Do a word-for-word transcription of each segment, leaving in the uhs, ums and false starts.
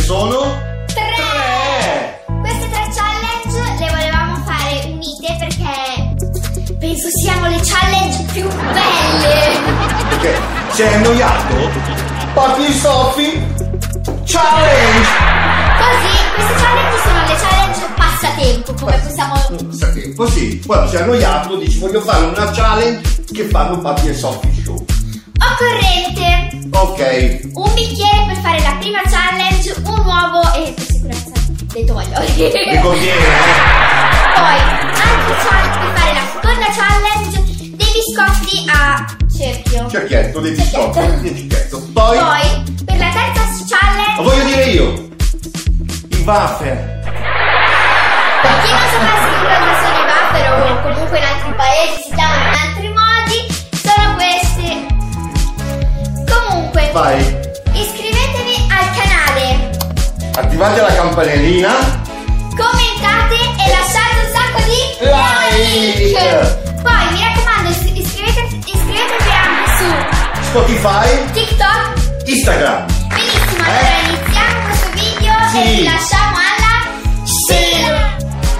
sono? Tre! Tre! Queste tre challenge le volevamo fare unite perché penso siano le challenge più belle. Perché sei annoiato? Papi e Sophie challenge! Così, queste challenge sono le challenge passatempo, come possiamo... Passatempo, sì. Quando sei annoiato dici voglio fare una challenge che fanno Papi e Sophie show. Occorrente Ok. un bicchiere per fare la prima challenge, un uovo e per sicurezza dei tovaglioli. Mi conviene, eh? Poi, altre challenge per fare la seconda challenge, dei biscotti a cerchio. Cerchietto, dei biscotti. Cerchietto. Cerchietto. Poi, Poi, per la terza challenge, lo voglio dire io. I wafer. per chi non sapesse che cosa sono i wafer o comunque in altri paesi si chiamano in altri modi, sono questi. Comunque, Vai. iscrivetevi al canale, Attivate la campanellina. commentate e lasciate un sacco di Like. Poi mi raccomando, is- iscrivetevi, iscrivetevi anche su Spotify. TikTok. Instagram. Benissimo, allora Eh? iniziamo questo video Sì. e vi lasciamo alla sigla.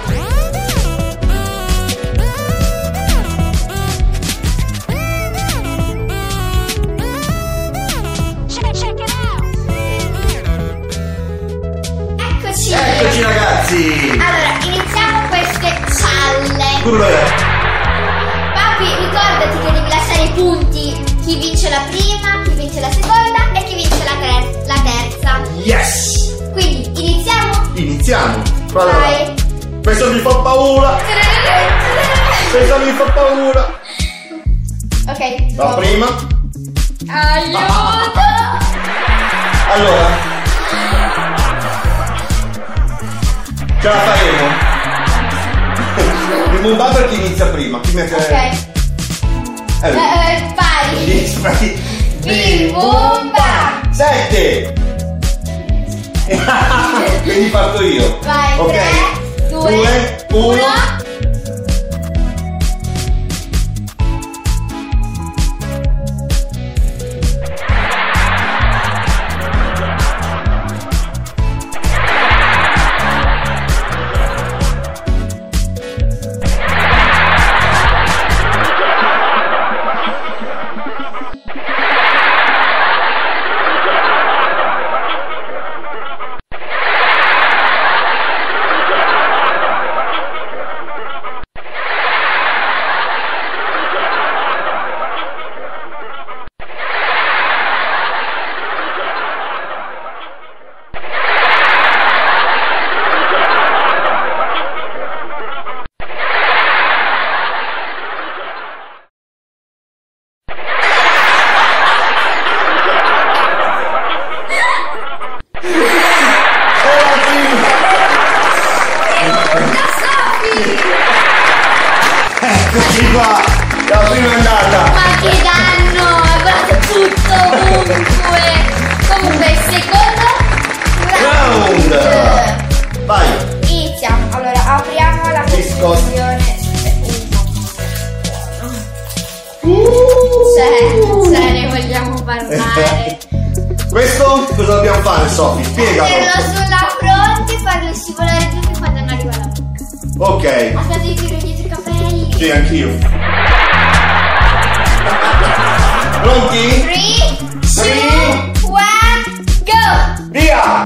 Eccoci. Eccoci ragazzi. Allora, iniziamo queste challenge. Curre. Papi, ricordati che devi lasciare i punti. Chi vince la prima, chi vince la seconda e chi vince la, ter- la terza. Yes. Quindi, iniziamo? Iniziamo. Allora, Vai. questo mi fa paura. Questo mi fa paura. Ok. La nuovo. prima. Aiuto! Allora, ce la faremo. Il Mumbaber chi inizia prima? Chi mette... Ok. Eh, Eh, pari. Spari. Bim, bum, bam. Sette. Quindi parto io. Vai, Ok. tre, due, Due, uno. uno. Eccoci qua. La prima è andata. Ma che danno! È volato tutto ovunque! Comunque, il secondo round! Round. Vai. Iniziamo. Allora, apriamo la Biscotti. confezione. Cioè, cioè, ne vogliamo parlare. Questo cosa dobbiamo fare, Sophie? Spiegalo. Metterlo sulla fronte e farlo scivolare tutto quando non arriva alla bocca. Ok. Aspetta, io tiro dietro i capelli. Sì, anch'io. Pronti? three, Three. two, one, go! Via!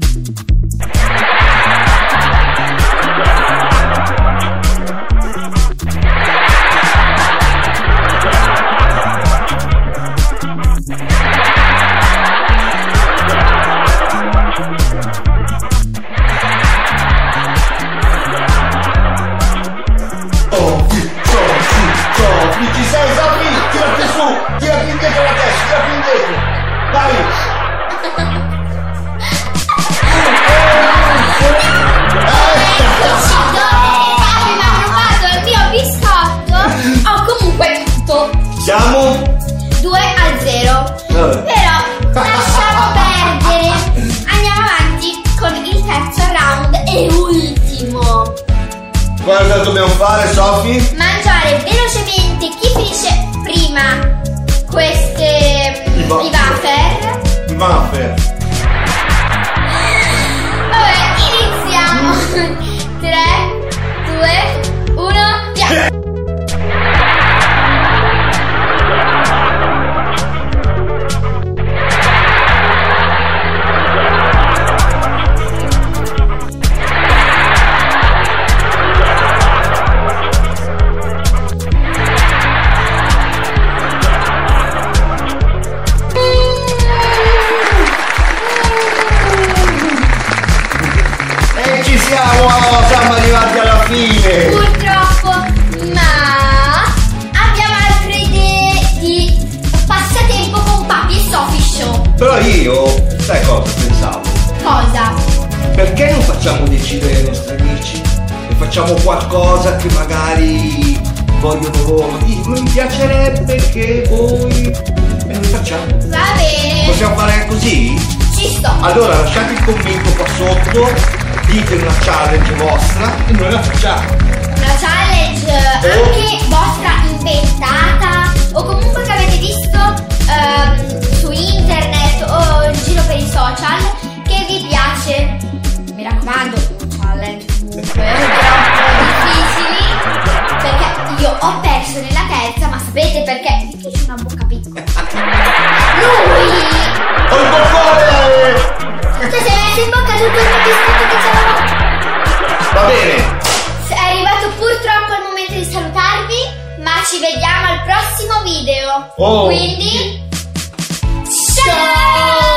Sophie, Sophie, Sophie, ci sei, Sophie? Tira più su, tira più indietro la testa, tira più indietro. Vai! Eccoci, dove Papi mi ha rubato il mio biscotto. Ho comunque vinto Siamo? due a zero. Eh. Però lasciamo perdere. Andiamo avanti con il terzo round e ultimo. Cosa dobbiamo fare, Sophie? Mangiare velocemente chi finisce prima queste I i wafer. wafer. I wafer. fine. Purtroppo, ma abbiamo altre idee di passatempo con Papi e Sophie Show. Però io, sai cosa pensavo? Cosa? Perché non facciamo decidere ai nostri amici? E facciamo qualcosa che magari vogliono loro. Mi piacerebbe che voi... E noi facciamo. Va bene. Possiamo fare così? Ci sto. Allora lasciate il commento qua sotto, dite una challenge vostra e noi la facciamo. Una challenge Oh. anche vostra inventata o comunque che avete visto ehm, su internet o in giro per i social che vi piace. Mi raccomando, challenge comunque troppo difficili perché io ho perso nella terza, ma sapete perché? Perché c'è una bocca piccola. Lui! Ho il boccone! Cioè, si è messo in bocca tutto il biscotto che c'aveva. Va bene. È arrivato purtroppo il momento di salutarvi, ma ci vediamo al prossimo video. Oh. Quindi, ciao!